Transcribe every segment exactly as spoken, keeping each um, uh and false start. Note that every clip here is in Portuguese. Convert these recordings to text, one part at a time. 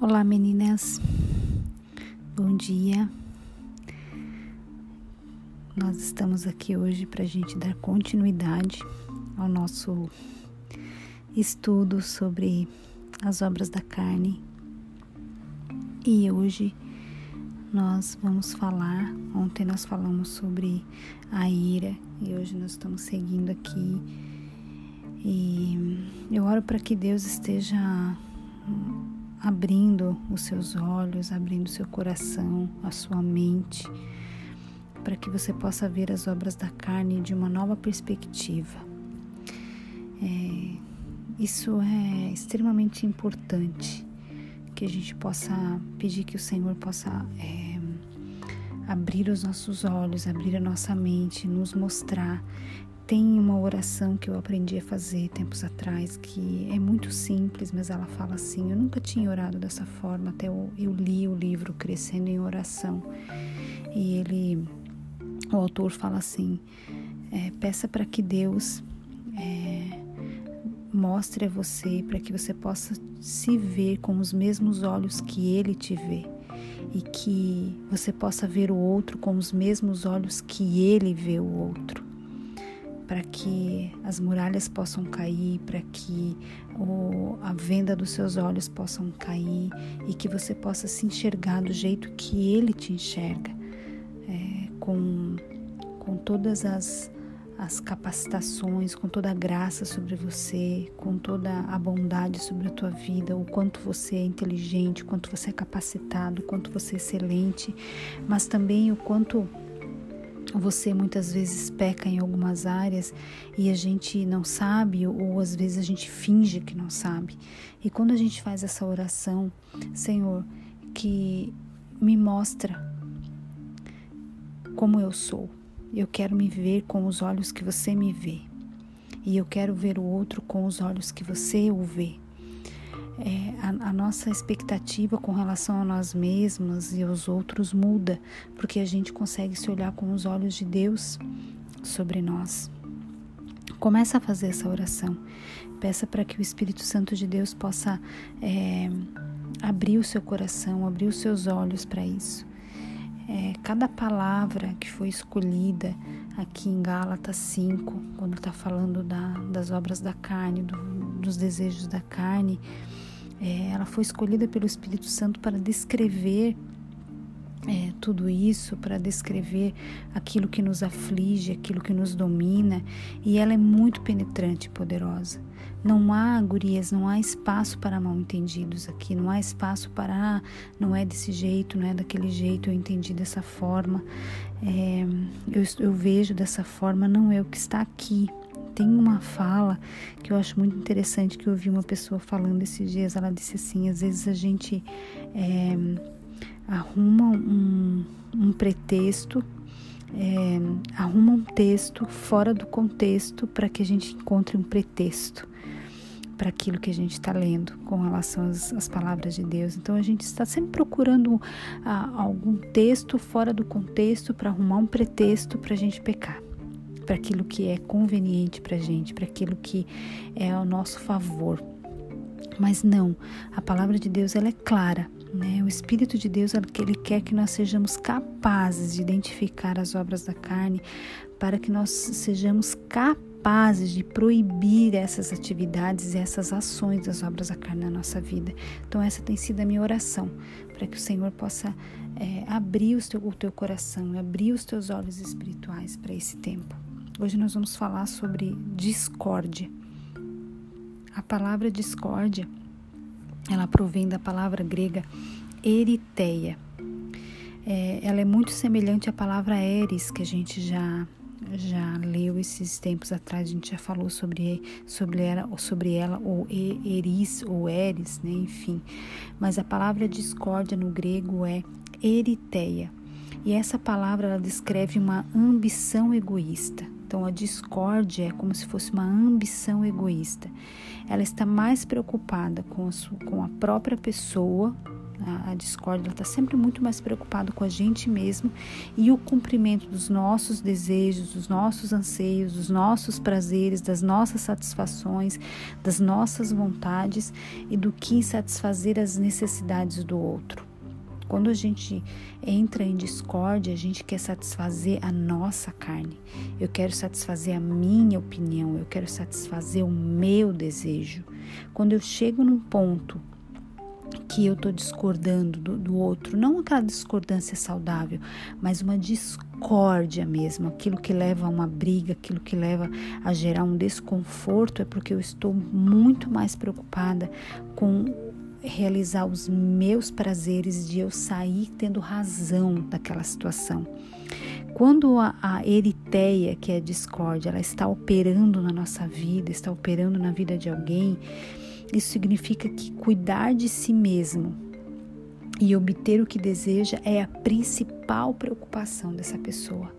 Olá, meninas, bom dia. Nós estamos aqui hoje para a gente dar continuidade ao nosso estudo sobre as obras da carne. E hoje nós vamos falar, ontem nós falamos sobre a ira e hoje nós estamos seguindo aqui. E eu oro para que Deus esteja abrindo os seus olhos, abrindo o seu coração, a sua mente, para que você possa ver as obras da carne de uma nova perspectiva. É, isso é extremamente importante, que a gente possa pedir que o Senhor possa é, abrir os nossos olhos, abrir a nossa mente, nos mostrar. Tem uma oração que eu aprendi a fazer tempos atrás, que é muito simples, mas ela fala assim, eu nunca tinha orado dessa forma, até eu, eu li o livro Crescendo em Oração, e ele, o autor fala assim, é, peça para que Deus é, mostre a você, para que você possa se ver com os mesmos olhos que Ele te vê, e que você possa ver o outro com os mesmos olhos que Ele vê o outro, para que as muralhas possam cair, para que o, a venda dos seus olhos possam cair e que você possa se enxergar do jeito que Ele te enxerga, é, com, com todas as, as capacitações, com toda a graça sobre você, com toda a bondade sobre a tua vida, o quanto você é inteligente, o quanto você é capacitado, o quanto você é excelente, mas também o quanto você muitas vezes peca em algumas áreas e a gente não sabe, ou às vezes a gente finge que não sabe. E quando a gente faz essa oração, Senhor, que me mostra como eu sou. Eu quero me ver com os olhos que você me vê. E eu quero ver o outro com os olhos que você o vê. É, a, a nossa expectativa com relação a nós mesmos e aos outros muda, porque a gente consegue se olhar com os olhos de Deus sobre nós. Começa a fazer essa oração. Peça para que o Espírito Santo de Deus possa é, abrir o seu coração, abrir os seus olhos para isso. É, cada palavra que foi escolhida aqui em Gálatas cinco, quando está falando da, das obras da carne, do, dos desejos da carne, é, ela foi escolhida pelo Espírito Santo para descrever é, tudo isso, para descrever aquilo que nos aflige, aquilo que nos domina, e ela é muito penetrante e poderosa. Não há, gurias, não há espaço para mal entendidos aqui, não há espaço para, ah, não é desse jeito, não é daquele jeito, eu entendi dessa forma, é, eu, eu vejo dessa forma, não é o que está aqui. Tem uma fala que eu acho muito interessante, que eu ouvi uma pessoa falando esses dias, ela disse assim, às vezes a gente é, arruma um, um pretexto, é, arruma um texto fora do contexto para que a gente encontre um pretexto para aquilo que a gente está lendo com relação às, às palavras de Deus. Então a gente está sempre procurando ah, algum texto fora do contexto para arrumar um pretexto para a gente pecar, para aquilo que é conveniente para a gente, para aquilo que é ao nosso favor. Mas não, a palavra de Deus ela é clara, né? O Espírito de Deus ele quer que nós sejamos capazes de identificar as obras da carne, para que nós sejamos capazes de proibir essas atividades e essas ações das obras da carne na nossa vida. Então essa tem sido a minha oração, para que o Senhor possa é, abrir o teu, o teu coração, abrir os teus olhos espirituais para esse tempo. Hoje nós vamos falar sobre discórdia. A palavra discórdia, ela provém da palavra grega eriteia. É, ela é muito semelhante à palavra eris, que a gente já, já leu esses tempos atrás, a gente já falou sobre, sobre, ela, sobre ela, ou eris, ou eris, né? Enfim. Mas a palavra discórdia no grego é eriteia. E essa palavra ela descreve uma ambição egoísta. Então a discórdia é como se fosse uma ambição egoísta. Ela está mais preocupada com a, sua, com a própria pessoa A, a discórdia está sempre muito mais preocupada com a gente mesmo e o cumprimento dos nossos desejos, dos nossos anseios, dos nossos prazeres, das nossas satisfações, das nossas vontades e do que satisfazer as necessidades do outro. Quando a gente entra em discórdia, a gente quer satisfazer a nossa carne. Eu quero satisfazer a minha opinião, eu quero satisfazer o meu desejo. Quando eu chego num ponto que eu estou discordando do, do outro, não aquela discordância saudável, mas uma discórdia mesmo, aquilo que leva a uma briga, aquilo que leva a gerar um desconforto, é porque eu estou muito mais preocupada com realizar os meus prazeres, de eu sair tendo razão daquela situação. Quando a, a eritéia, que é a discórdia, ela está operando na nossa vida, está operando na vida de alguém, isso significa que cuidar de si mesmo e obter o que deseja é a principal preocupação dessa pessoa.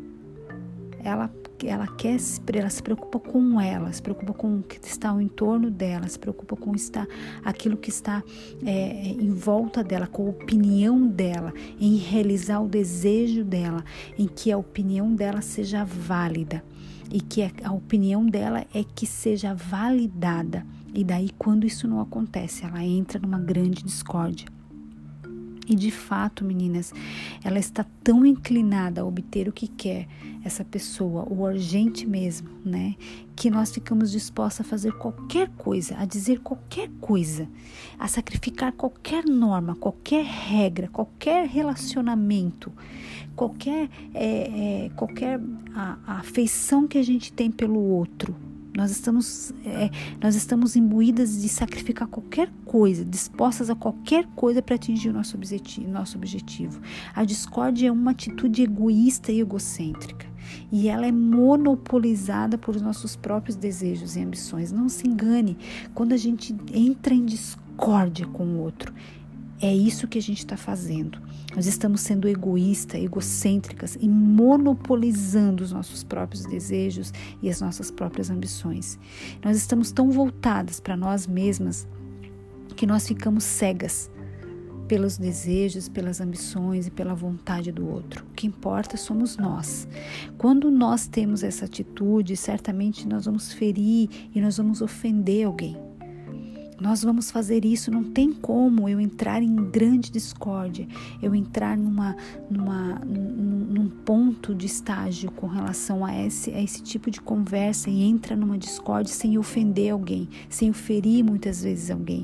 Ela, ela, quer, ela se preocupa com ela, se preocupa com o que está ao entorno dela, se preocupa com está, aquilo que está é, em volta dela, com a opinião dela, em realizar o desejo dela, em que a opinião dela seja válida e que a, a opinião dela é que seja validada. E daí, quando isso não acontece, ela entra numa grande discórdia. E de fato, meninas, ela está tão inclinada a obter o que quer, essa pessoa, o urgente mesmo, né? Que nós ficamos dispostos a fazer qualquer coisa, a dizer qualquer coisa, a sacrificar qualquer norma, qualquer regra, qualquer relacionamento, qualquer, é, é, qualquer a, a afeição que a gente tem pelo outro. Nós estamos, é, nós estamos imbuídas de sacrificar qualquer coisa, dispostas a qualquer coisa para atingir o nosso objetivo, nosso objetivo. A discórdia é uma atitude egoísta e egocêntrica. E ela é monopolizada por nossos próprios desejos e ambições. Não se engane, quando a gente entra em discórdia com o outro, é isso que a gente está fazendo. Nós estamos sendo egoístas, egocêntricas e monopolizando os nossos próprios desejos e as nossas próprias ambições. Nós estamos tão voltadas para nós mesmas que nós ficamos cegas pelos desejos, pelas ambições e pela vontade do outro. O que importa somos nós. Quando nós temos essa atitude, certamente nós vamos ferir e nós vamos ofender alguém. Nós vamos fazer isso, não tem como eu entrar em grande discórdia, eu entrar numa, numa, num, num ponto de estágio com relação a esse, a esse tipo de conversa e entra numa discórdia sem ofender alguém, sem ferir muitas vezes alguém.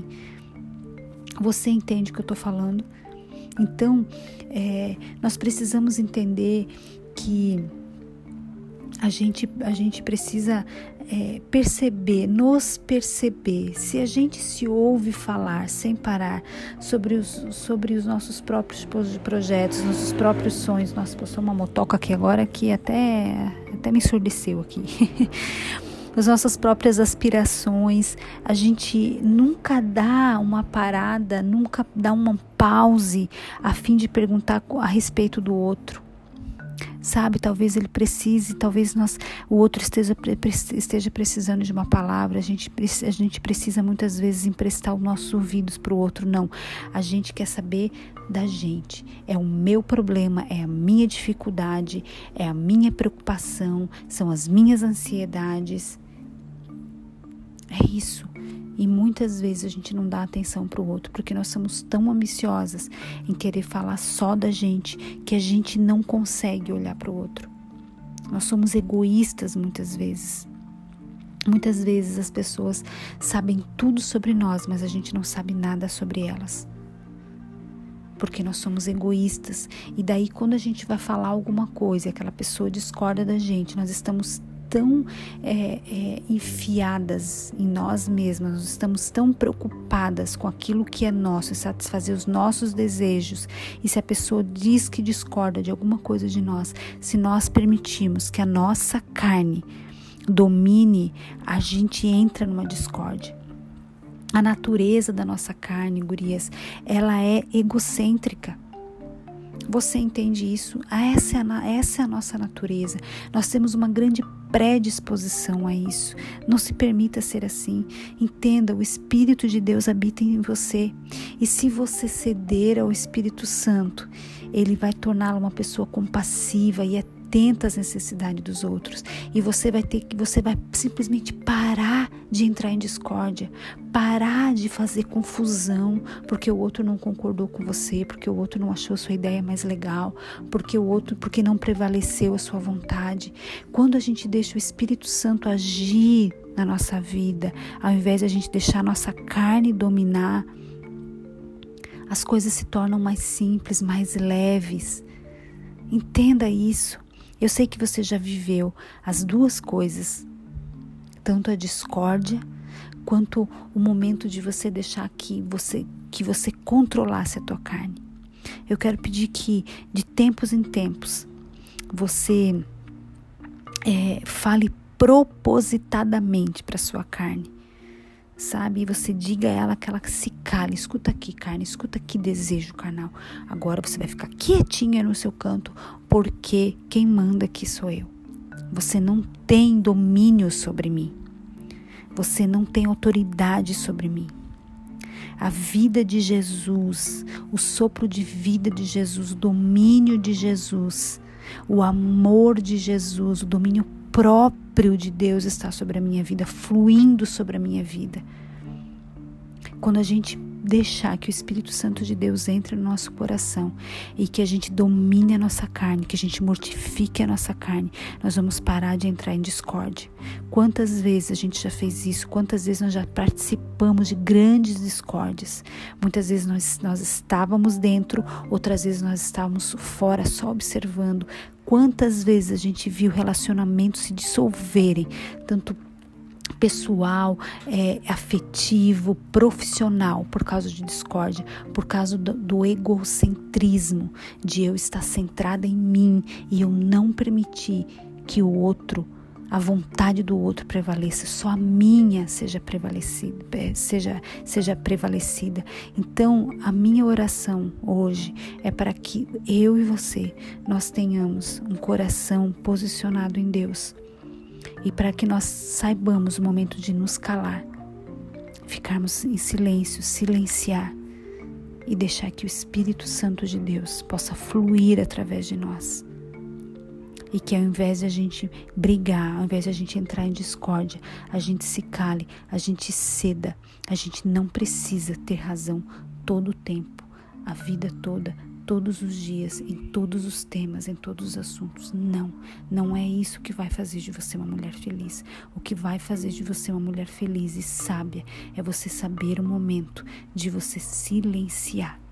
Você entende o que eu estou falando? Então, é, nós precisamos entender que a gente, a gente precisa é, perceber, nos perceber. Se a gente se ouve falar sem parar sobre os, sobre os nossos próprios projetos, nossos próprios sonhos. Nossa, passou uma motoca aqui agora que até, até me ensurdeceu aqui. As nossas próprias aspirações, a gente nunca dá uma parada, nunca dá uma pause a fim de perguntar a respeito do outro. Sabe, talvez ele precise, talvez nós, o outro esteja, esteja precisando de uma palavra, a gente, a gente precisa muitas vezes emprestar os nossos ouvidos para o outro. Não, a gente quer saber da gente, é o meu problema, é a minha dificuldade, é a minha preocupação, são as minhas ansiedades, é isso. E muitas vezes a gente não dá atenção para o outro, porque nós somos tão ambiciosas em querer falar só da gente, que a gente não consegue olhar para o outro. Nós somos egoístas muitas vezes. Muitas vezes as pessoas sabem tudo sobre nós, mas a gente não sabe nada sobre elas. Porque nós somos egoístas. E daí quando a gente vai falar alguma coisa e aquela pessoa discorda da gente, nós estamos tão é, é, enfiadas em nós mesmas, nós estamos tão preocupadas com aquilo que é nosso, satisfazer os nossos desejos. E se a pessoa diz que discorda de alguma coisa de nós, se nós permitirmos que a nossa carne domine, a gente entra numa discórdia. A natureza da nossa carne, gurias, ela é egocêntrica. Você entende isso? Essa é, a, essa é a nossa natureza. Nós temos uma grande predisposição a isso. Não se permita ser assim. Entenda, o Espírito de Deus habita em você. E se você ceder ao Espírito Santo, ele vai torná-la uma pessoa compassiva e atenta às necessidades dos outros. E você vai ter que, você vai simplesmente parar de entrar em discórdia, parar de fazer confusão, porque o outro não concordou com você, porque o outro não achou sua ideia mais legal, porque o outro, porque não prevaleceu a sua vontade. Quando a gente deixa o Espírito Santo agir na nossa vida, ao invés de a gente deixar a nossa carne dominar, as coisas se tornam mais simples, mais leves. Entenda isso. Eu sei que você já viveu as duas coisas, tanto a discórdia, quanto o momento de você deixar que você, que você controlasse a tua carne. Eu quero pedir que, de tempos em tempos, você é, fale propositadamente para a sua carne. Sabe, e você diga a ela que ela se cale. Escuta aqui, carne, escuta aqui, desejo carnal. Agora você vai ficar quietinha no seu canto, porque quem manda aqui sou eu. Você não tem domínio sobre mim. Você não tem autoridade sobre mim. A vida de Jesus, o sopro de vida de Jesus, o domínio de Jesus, o amor de Jesus, o domínio próprio de Deus está sobre a minha vida, fluindo sobre a minha vida. Quando a gente deixar que o Espírito Santo de Deus entre no nosso coração e que a gente domine a nossa carne, que a gente mortifique a nossa carne, nós vamos parar de entrar em discórdia. Quantas vezes a gente já fez isso? Quantas vezes nós já participamos de grandes discórdias? Muitas vezes nós, nós estávamos dentro, outras vezes nós estávamos fora, só observando. Quantas vezes a gente viu relacionamentos se dissolverem, tanto pessoal, é, afetivo, profissional, por causa de discórdia, por causa do, do egocentrismo, de eu estar centrada em mim e eu não permitir que o outro, a vontade do outro prevaleça, só a minha seja prevalecida, seja, seja prevalecida. Então, a minha oração hoje é para que eu e você, nós tenhamos um coração posicionado em Deus e para que nós saibamos o momento de nos calar, ficarmos em silêncio, silenciar e deixar que o Espírito Santo de Deus possa fluir através de nós. E que ao invés de a gente brigar, ao invés de a gente entrar em discórdia, a gente se cale, a gente ceda. A gente não precisa ter razão todo o tempo, a vida toda, todos os dias, em todos os temas, em todos os assuntos. Não, não é isso que vai fazer de você uma mulher feliz. O que vai fazer de você uma mulher feliz e sábia é você saber o momento de você silenciar.